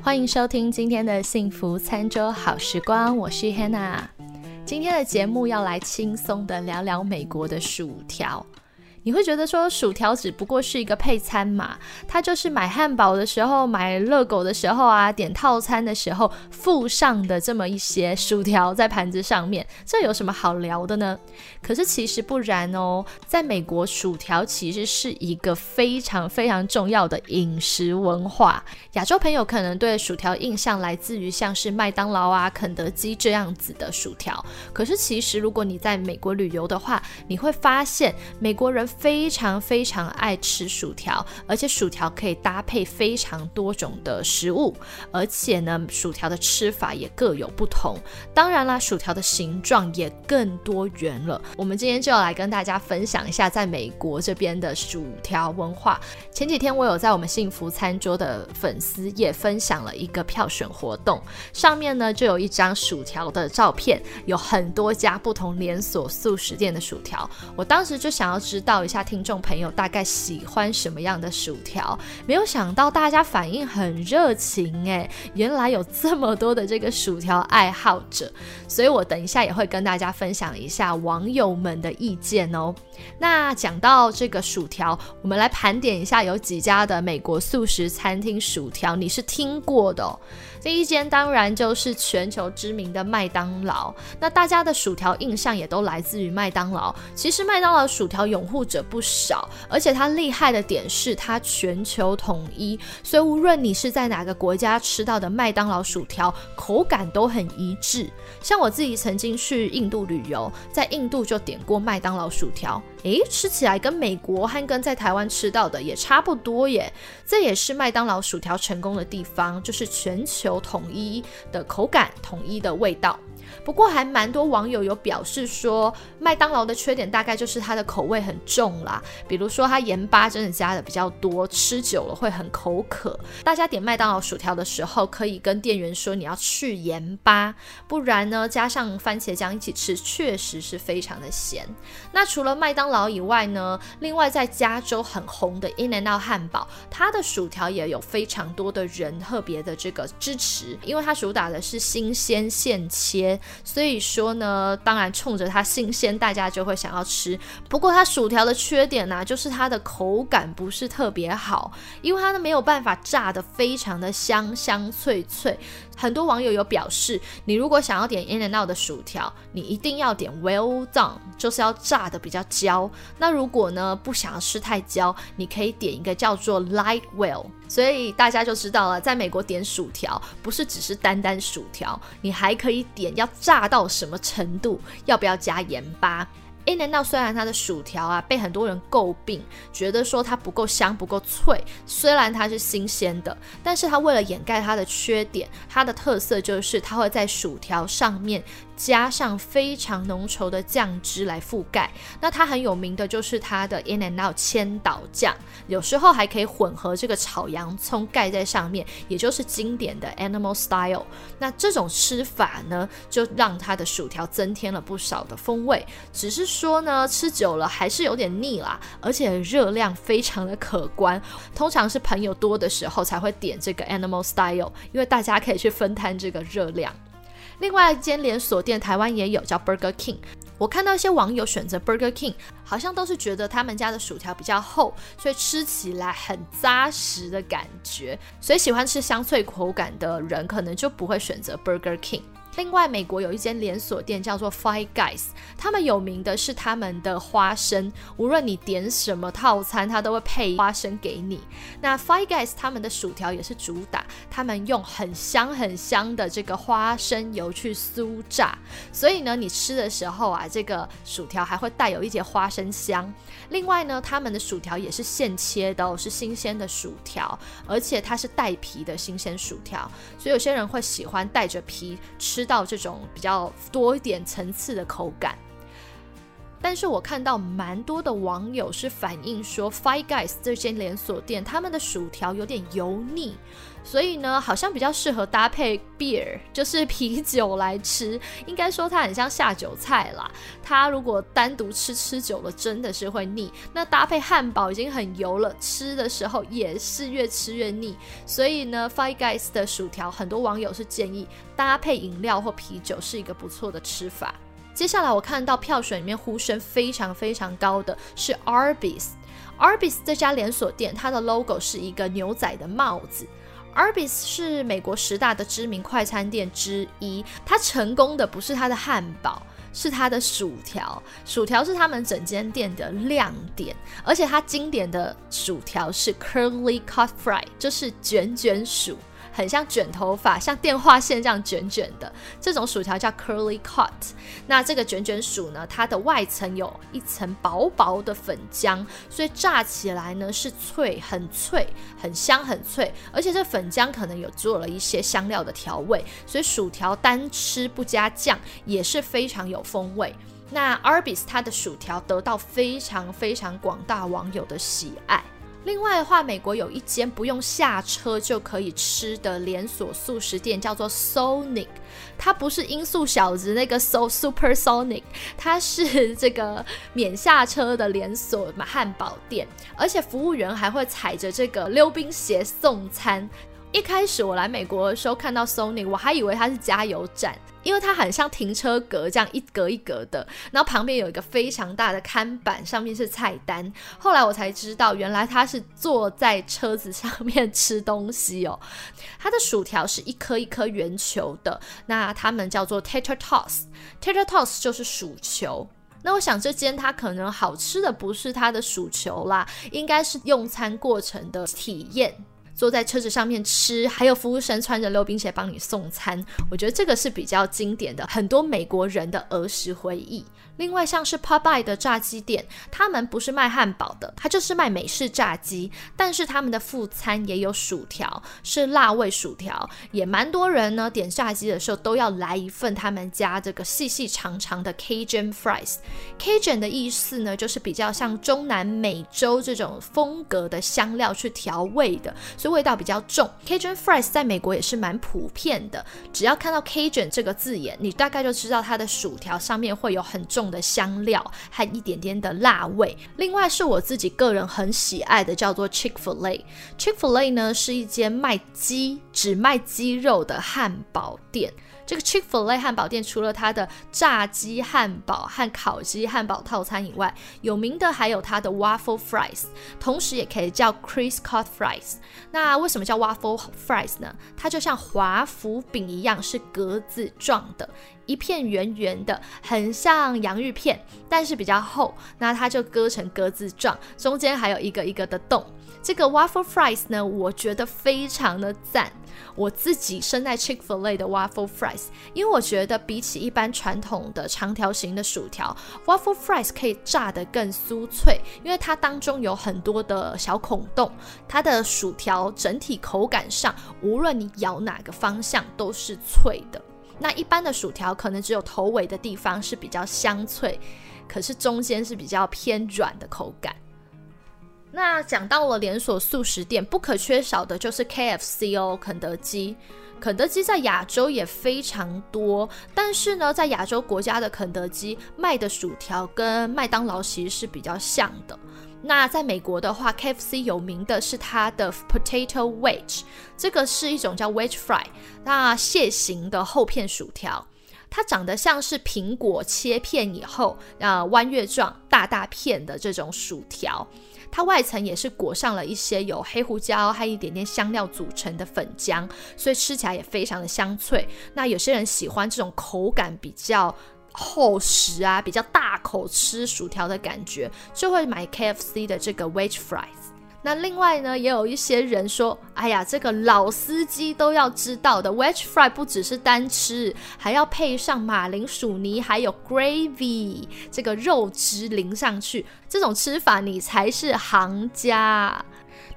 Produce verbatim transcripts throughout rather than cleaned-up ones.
欢迎收听今天的幸福餐桌好时光，我是 Hannah。 今天的节目要来轻松的聊聊美国的薯条。你会觉得说薯条只不过是一个配餐嘛，它就是买汉堡的时候，买热狗的时候啊，点套餐的时候附上的这么一些薯条在盘子上面，这有什么好聊的呢？可是其实不然哦，在美国薯条其实是一个非常非常重要的饮食文化。亚洲朋友可能对薯条印象来自于像是麦当劳啊、肯德基这样子的薯条，可是其实如果你在美国旅游的话，你会发现美国人非常非常爱吃薯条，而且薯条可以搭配非常多种的食物，而且呢，薯条的吃法也各有不同。当然啦，薯条的形状也更多元了。我们今天就要来跟大家分享一下在美国这边的薯条文化。前几天我有在我们幸福餐桌的粉丝页分享了一个票选活动，上面呢就有一张薯条的照片，有很多家不同连锁速食店的薯条。我当时就想要知道一下听众朋友大概喜欢什么样的薯条，没有想到大家反应很热情耶，原来有这么多的这个薯条爱好者，所以我等一下也会跟大家分享一下网友们的意见哦。那讲到这个薯条，我们来盘点一下有几家的美国速食餐厅薯条你是听过的哦。第一间当然就是全球知名的麦当劳，那大家的薯条印象也都来自于麦当劳。其实麦当劳薯条拥护者不少，而且它厉害的点是它全球统一，所以无论你是在哪个国家吃到的麦当劳薯条，口感都很一致。像我自己曾经去印度旅游，在印度就点过麦当劳薯条，诶，吃起来跟美国和跟在台湾吃到的也差不多耶。这也是麦当劳薯条成功的地方，就是全球统一的口感，统一的味道。不过还蛮多网友有表示说，麦当劳的缺点大概就是它的口味很重啦，比如说它盐巴真的加的比较多，吃久了会很口渴。大家点麦当劳薯条的时候，可以跟店员说你要去盐巴，不然呢加上番茄酱一起吃，确实是非常的咸。那除了麦当劳以外呢，另外在加州很红的 In-N-Out 汉堡，它的薯条也有非常多的人特别的这个支持，因为它主打的是新鲜现切，所以说呢，当然冲着它新鲜，大家就会想要吃。不过它薯条的缺点呢、啊，就是它的口感不是特别好，因为它没有办法炸得非常的香香脆脆。很多网友有表示，你如果想要点 In-N-Out 的薯条，你一定要点 Well Done， 就是要炸得比较焦。那如果呢不想要吃太焦，你可以点一个叫做 Light Well。所以大家就知道了，在美国点薯条不是只是单单薯条，你还可以点要炸到什么程度，要不要加盐巴。In-N-Out 虽然它的薯条啊被很多人诟病，觉得说它不够香不够脆，虽然它是新鲜的，但是它为了掩盖它的缺点，它的特色就是它会在薯条上面加上非常浓稠的酱汁来覆盖。那它很有名的就是它的 In-N-Out 千岛酱，有时候还可以混合这个炒洋葱盖在上面，也就是经典的 Animal Style。 那这种吃法呢，就让它的薯条增添了不少的风味，只是说呢吃久了还是有点腻啦，而且热量非常的可观，通常是朋友多的时候才会点这个 Animal Style， 因为大家可以去分摊这个热量。另外一间连锁店台湾也有，叫 Burger King。 我看到一些网友选择 Burger King， 好像都是觉得他们家的薯条比较厚，所以吃起来很扎实的感觉，所以喜欢吃香脆口感的人可能就不会选择 Burger King。另外美国有一间连锁店叫做 Five Guys， 他们有名的是他们的花生，无论你点什么套餐他都会配花生给你。那 Five Guys 他们的薯条也是主打，他们用很香很香的这个花生油去酥炸，所以呢你吃的时候啊，这个薯条还会带有一些花生香。另外呢他们的薯条也是现切的、哦、是新鲜的薯条，而且它是带皮的新鲜薯条，所以有些人会喜欢带着皮吃到这种比较多一点层次的口感。 但是我看到蛮多的网友是反映说 Five Guys 这间连锁店他们的薯条有点油腻，所以呢好像比较适合搭配 beer 就是啤酒来吃，应该说它很像下酒菜啦，它如果单独吃吃久了真的是会腻，那搭配汉堡已经很油了，吃的时候也是越吃越腻，所以呢 Five Guys 的薯条很多网友是建议搭配饮料或啤酒是一个不错的吃法。接下来我看到票选里面呼声非常非常高的是 Arby's。Arby's 这家连锁店它的 logo 是一个牛仔的帽子。Arby's 是美国十大的知名快餐店之一，它成功的不是它的汉堡，是它的薯条，薯条是他们整间店的亮点，而且它经典的薯条是 curly cut fry， 就是卷卷薯，很像卷头发，像电话线这样卷卷的，这种薯条叫 curly cut。 那这个卷卷薯呢，它的外层有一层薄薄的粉浆，所以炸起来呢是脆，很脆，很香，很脆，而且这粉浆可能有做了一些香料的调味，所以薯条单吃不加酱也是非常有风味。那 Arby's 它的薯条得到非常非常广大网友的喜爱。另外的话，美国有一间不用下车就可以吃的连锁速食店，叫做 Sonic。 它不是音速小子那个 So Super Sonic， 它是这个免下车的连锁汉堡店，而且服务员还会踩着这个溜冰鞋送餐。一开始我来美国的时候看到 Sonic， 我还以为它是加油站，因为它很像停车格这样一格一格的，然后旁边有一个非常大的看板，上面是菜单。后来我才知道原来它是坐在车子上面吃东西哦。它的薯条是一颗一颗圆球的，那它们叫做 Tater Tots。 Tater Tots 就是薯球。那我想这间它可能好吃的不是它的薯球啦，应该是用餐过程的体验，坐在车子上面吃，还有服务生穿着溜冰鞋帮你送餐，我觉得这个是比较经典的，很多美国人的儿时回忆。另外像是 Popeye 的炸鸡店，他们不是卖汉堡的，他就是卖美式炸鸡，但是他们的副餐也有薯条，是辣味薯条，也蛮多人呢点炸鸡的时候都要来一份他们家这个细细长长的 Cajun Fries。 Cajun 的意思呢就是比较像中南美洲这种风格的香料去调味的，所以味道比较重。 Cajun Fries 在美国也是蛮普遍的，只要看到 Cajun 这个字眼，你大概就知道它的薯条上面会有很重的香料和一点点的辣味。另外是我自己个人很喜爱的叫做 Chick-fil-A。 Chick-fil-A 呢是一间卖鸡，只卖鸡肉的汉堡店。这个 Chick-fil-A 汉堡店除了它的炸鸡汉堡和烤鸡汉堡套餐以外，有名的还有它的 Waffle Fries， 同时也可以叫 Criss Cut Fries。 那为什么叫 Waffle Fries 呢？它就像华夫饼一样，是格子状的，一片圆圆的，很像洋芋片，但是比较厚，那它就割成格子状，中间还有一个一个的洞。这个 Waffle Fries 呢，我觉得非常的赞。我自己身在 Chick-fil-A 的 Waffle Fries， 因为我觉得比起一般传统的长条形的薯条， Waffle Fries 可以炸得更酥脆，因为它当中有很多的小孔洞，它的薯条整体口感上，无论你咬哪个方向都是脆的。那一般的薯条可能只有头尾的地方是比较香脆，可是中间是比较偏软的口感。那讲到了连锁速食店，不可缺少的就是 K F C 哦，肯德基。肯德基在亚洲也非常多，但是呢，在亚洲国家的肯德基卖的薯条跟麦当劳其实是比较像的。那在美国的话 K F C 有名的是它的 Potato Wedge， 这个是一种叫 Wedge Fry， 那蟹形的厚片薯条，它长得像是苹果切片以后呃弯月状大大片的这种薯条，它外层也是裹上了一些有黑胡椒和一点点香料组成的粉浆，所以吃起来也非常的香脆。那有些人喜欢这种口感比较厚实啊，比较大口吃薯条的感觉，就会买 K F C 的这个 Wedge Fries。那另外呢，也有一些人说，哎呀，这个老司机都要知道的 Wedge Fry 不只是单吃，还要配上马铃薯泥还有 gravy， 这个肉汁淋上去，这种吃法你才是行家。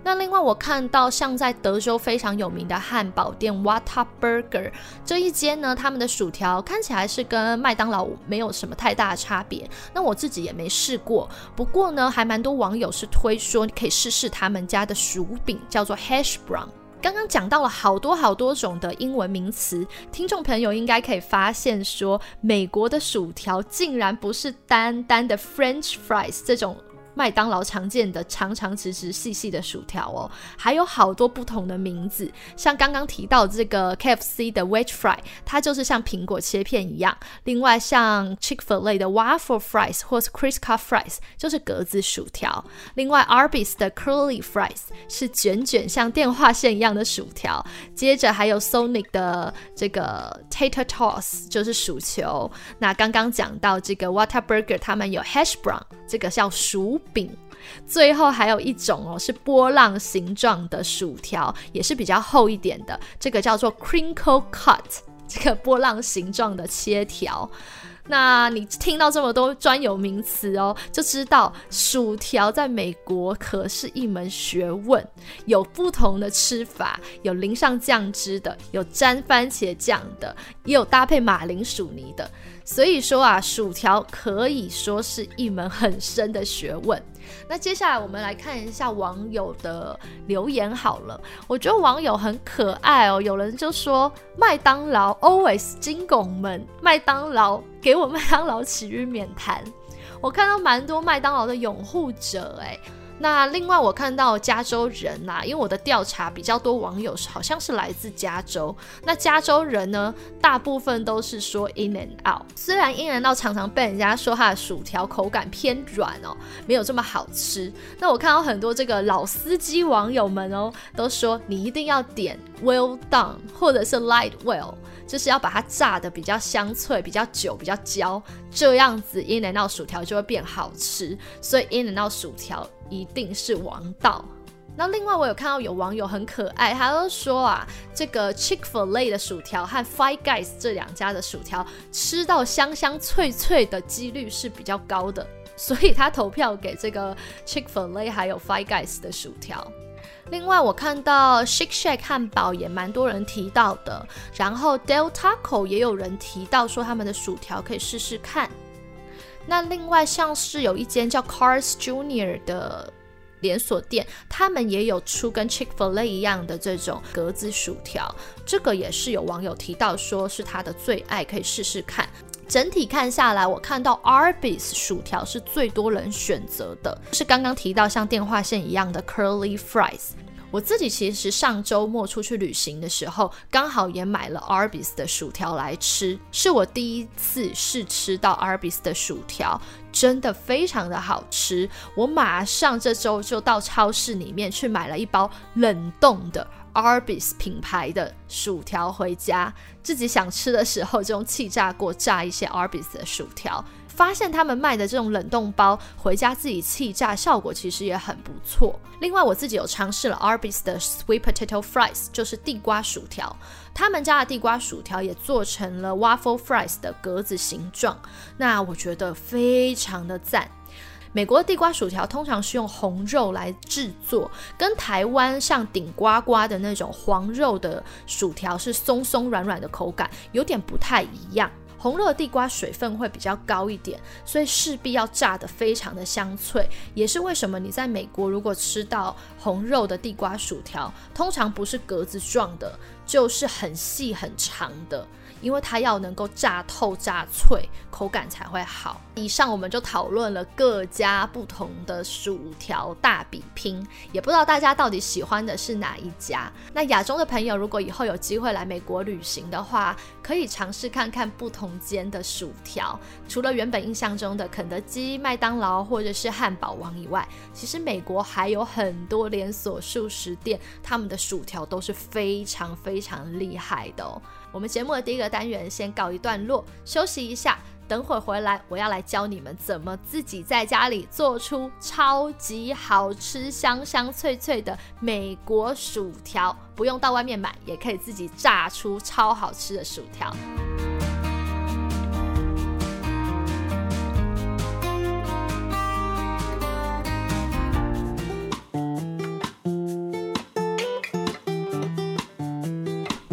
那另外我看到像在德州非常有名的汉堡店 Whataburger 这一间呢，他们的薯条看起来是跟麦当劳没有什么太大的差别，那我自己也没试过，不过呢还蛮多网友是推说你可以试试他们家的薯饼，叫做 hash brown。刚刚讲到了好多好多种的英文名词，听众朋友应该可以发现说，美国的薯条竟然不是单单的 French fries 这种麦当劳常见的长长直直细细的薯条哦，还有好多不同的名字，像刚刚提到这个 K F C 的 Wedge Fry， 它就是像苹果切片一样，另外像 Chick-fil-A 的 Waffle Fries 或是 Crisp Cut Fries 就是格子薯条，另外 Arby's 的 Curly Fries 是卷卷像电话线一样的薯条，接着还有 Sonic 的这个 Tater Toss 就是薯球，那刚刚讲到这个 Whataburger 他们有 Hash Brown， 这个叫薯饼，最后还有一种哦是波浪形状的薯条，也是比较厚一点的，这个叫做 crinkle cut， 这个波浪形状的切条。那你听到这么多专有名词哦，就知道薯条在美国可是一门学问，有不同的吃法，有淋上酱汁的，有沾番茄酱的，也有搭配马铃薯泥的，所以说啊，薯条可以说是一门很深的学问。那接下来我们来看一下网友的留言好了，我觉得网友很可爱哦，有人就说麦当劳 always 金拱门，麦当劳给我麦当劳起日免谈，我看到蛮多麦当劳的拥护者哎。那另外我看到加州人啊，因为我的调查比较多网友好像是来自加州，那加州人呢大部分都是说 In and Out， 虽然 In and Out 常常被人家说它的薯条口感偏软哦，没有这么好吃，那我看到很多这个老司机网友们哦都说你一定要点 Well done 或者是 Light well， 就是要把它炸的比较香脆，比较久，比较焦，这样子 In and Out 薯条就会变好吃，所以 In and Out 薯条一定是王道。那另外我有看到有网友很可爱，他就说啊，这个 Chick-fil-A 的薯条和 Five Guys 这两家的薯条吃到香香脆脆的几率是比较高的，所以他投票给这个 Chick-fil-A 还有 Five Guys 的薯条。另外我看到 Shake Shack 汉堡也蛮多人提到的，然后 Del Taco 也有人提到说他们的薯条可以试试看。那另外像是有一间叫 Carl's Junior 的连锁店，他们也有出跟 Chick-fil-A 一样的这种格子薯条，这个也是有网友提到说是他的最爱，可以试试看。整体看下来，我看到 Arby's 薯条是最多人选择的，是刚刚提到像电话线一样的 Curly Fries。我自己其实上周末出去旅行的时候，刚好也买了 Arby's 的薯条来吃，是我第一次试吃到 Arby's 的薯条，真的非常的好吃。我马上这周就到超市里面去买了一包冷冻的Arby's 品牌的薯条回家，自己想吃的时候就用气炸锅炸一些 Arby's 的薯条，发现他们卖的这种冷冻包回家自己气炸，效果其实也很不错。另外我自己有尝试了 Arby's 的 Sweet Potato Fries， 就是地瓜薯条，他们家的地瓜薯条也做成了 Waffle Fries 的格子形状，那我觉得非常的赞。美国的地瓜薯条通常是用红肉来制作，跟台湾像顶呱呱的那种黄肉的薯条是松松软软的口感，有点不太一样。红肉的地瓜水分会比较高一点，所以势必要炸得非常的香脆，也是为什么你在美国如果吃到红肉的地瓜薯条，通常不是格子状的，就是很细很长的，因为它要能够炸透炸脆，口感才会好。以上我们就讨论了各家不同的薯条大比拼，也不知道大家到底喜欢的是哪一家。那亚洲的朋友如果以后有机会来美国旅行的话，可以尝试看看不同间的薯条，除了原本印象中的肯德基、麦当劳或者是汉堡王以外，其实美国还有很多连锁速食店，他们的薯条都是非常非常厉害的哦。我们节目的第一个单元先告一段落，休息一下，等会回来我要来教你们怎么自己在家里做出超级好吃香香脆脆的美国薯条，不用到外面买，也可以自己炸出超好吃的薯条。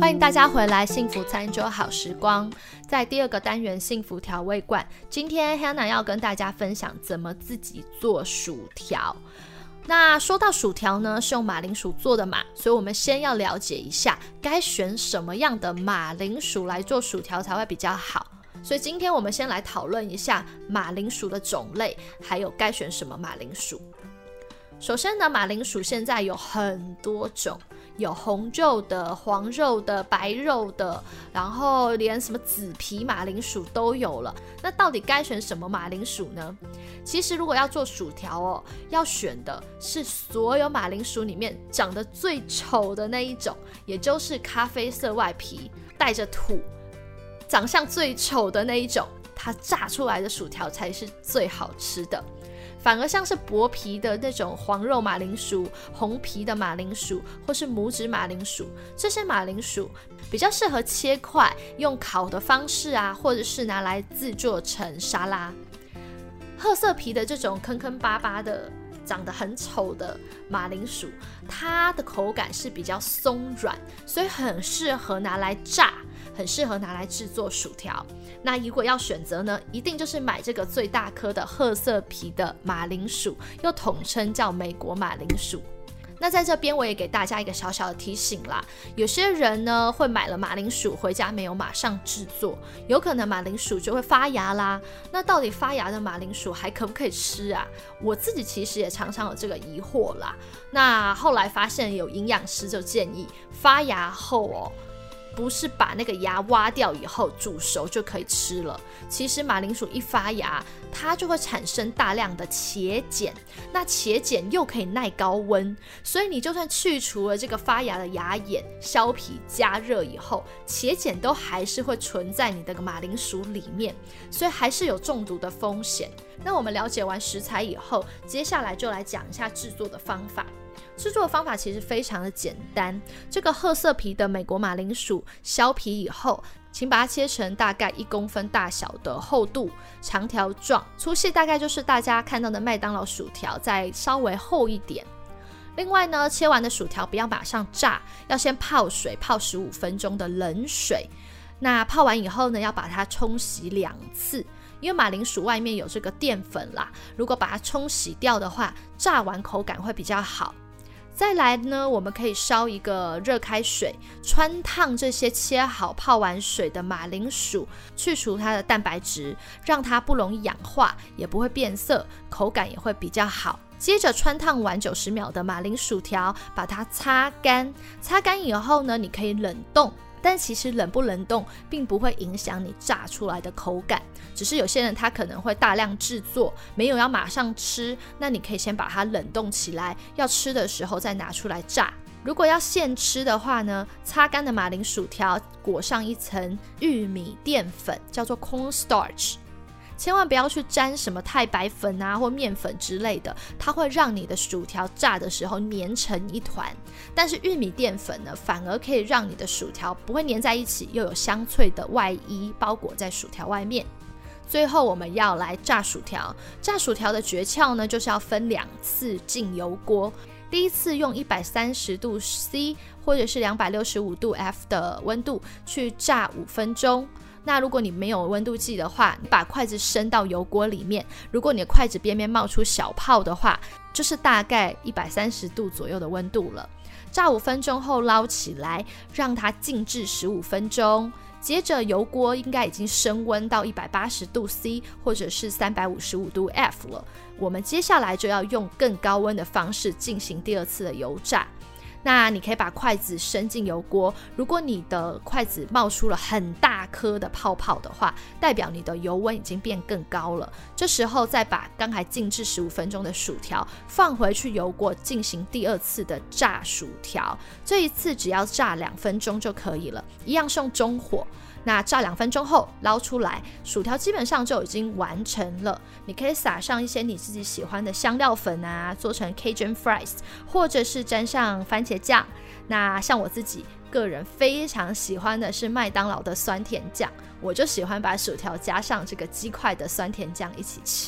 欢迎大家回来幸福餐桌好时光，在第二个单元幸福调味罐，今天 Hannah 要跟大家分享怎么自己做薯条。那说到薯条呢，是用马铃薯做的嘛，所以我们先要了解一下该选什么样的马铃薯来做薯条才会比较好。所以今天我们先来讨论一下马铃薯的种类，还有该选什么马铃薯。首先呢，马铃薯现在有很多种，有红肉的、黄肉的、白肉的，然后连什么紫皮马铃薯都有了。那到底该选什么马铃薯呢？其实如果要做薯条哦，要选的是所有马铃薯里面长得最丑的那一种，也就是咖啡色外皮带着土长相最丑的那一种，它炸出来的薯条才是最好吃的。反而像是薄皮的那种黄肉马铃薯、红皮的马铃薯或是拇指马铃薯，这些马铃薯比较适合切块，用烤的方式啊，或者是拿来制作成沙拉。褐色皮的这种坑坑巴巴的长得很丑的马铃薯，它的口感是比较松软，所以很适合拿来炸，很适合拿来制作薯条。那如果要选择呢，一定就是买这个最大颗的褐色皮的马铃薯，又统称叫美国马铃薯。那在这边我也给大家一个小小的提醒啦，有些人呢会买了马铃薯回家没有马上制作，有可能马铃薯就会发芽啦。那到底发芽的马铃薯还可不可以吃啊？我自己其实也常常有这个疑惑啦。那后来发现有营养师就建议，发芽后哦，不是把那个芽挖掉以后煮熟就可以吃了。其实马铃薯一发芽，它就会产生大量的茄碱，那茄碱又可以耐高温，所以你就算去除了这个发芽的芽眼、削皮、加热以后，茄碱都还是会存在你的马铃薯里面，所以还是有中毒的风险。那我们了解完食材以后，接下来就来讲一下制作的方法。制作的方法其实非常的简单，这个褐色皮的美国马铃薯削皮以后，请把它切成大概一公分大小的厚度长条状，粗细大概就是大家看到的麦当劳薯条再稍微厚一点。另外呢，切完的薯条不要马上炸，要先泡水，泡十五分钟的冷水。那泡完以后呢，要把它冲洗两次，因为马铃薯外面有这个淀粉啦，如果把它冲洗掉的话，炸完口感会比较好。再来呢，我们可以烧一个热开水，汆烫这些切好泡完水的马铃薯，去除它的蛋白质，让它不容易氧化，也不会变色，口感也会比较好。接着汆烫完九十秒的马铃薯条，把它擦干，擦干以后呢，你可以冷冻。但其实冷不冷冻并不会影响你炸出来的口感，只是有些人他可能会大量制作，没有要马上吃，那你可以先把它冷冻起来，要吃的时候再拿出来炸。如果要现吃的话呢，擦干的马铃薯条裹上一层玉米淀粉，叫做 cornstarch，千万不要去沾什么太白粉啊或面粉之类的，它会让你的薯条炸的时候粘成一团。但是玉米淀粉呢，反而可以让你的薯条不会粘在一起，又有香脆的外衣包裹在薯条外面。最后我们要来炸薯条，炸薯条的诀窍呢，就是要分两次进油锅。第一次用一百三十度 C 或者是两百六十五度 F 的温度去炸五分钟。那如果你没有温度计的话，你把筷子伸到油锅里面，如果你的筷子边边冒出小泡的话，就是大概一百三十度左右的温度了。炸五分钟后捞起来，让它静置十五分钟。接着油锅应该已经升温到一百八十度 C 或者是三百五十五度 F 了，我们接下来就要用更高温的方式进行第二次的油炸。那你可以把筷子伸进油锅，如果你的筷子冒出了很大颗的泡泡的话，代表你的油温已经变更高了。这时候再把刚才静置十五分钟的薯条放回去油锅进行第二次的炸薯条，这一次只要炸两分钟就可以了，一样是用中火。那炸两分钟后捞出来，薯条基本上就已经完成了。你可以撒上一些你自己喜欢的香料粉啊，做成 Cajun fries， 或者是沾上番茄酱。那像我自己个人非常喜欢的是麦当劳的酸甜酱，我就喜欢把薯条加上这个鸡块的酸甜酱一起吃。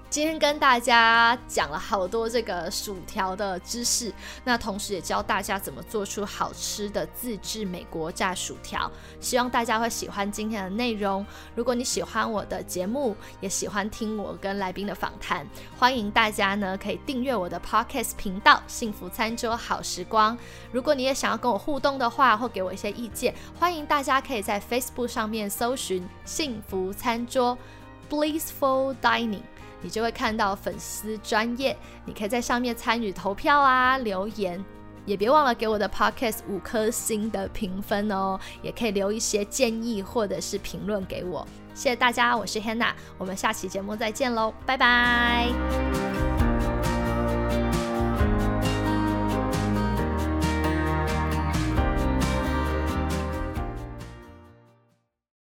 今天跟大家讲了好多这个薯条的知识，那同时也教大家怎么做出好吃的自制美国炸薯条，希望大家会喜欢今天的内容。如果你喜欢我的节目，也喜欢听我跟来宾的访谈，欢迎大家呢可以订阅我的 Podcast 频道幸福餐桌好时光。如果你也想要跟我互动的话，或给我一些意见，欢迎大家可以在 Facebook 上面搜寻幸福餐桌 Blissful Dining，你就会看到粉丝专页，你可以在上面参与投票啊，留言，也别忘了给我的 podcast 五颗星的评分哦，也可以留一些建议或者是评论给我。谢谢大家，我是 Hannah， 我们下期节目再见咯，拜拜。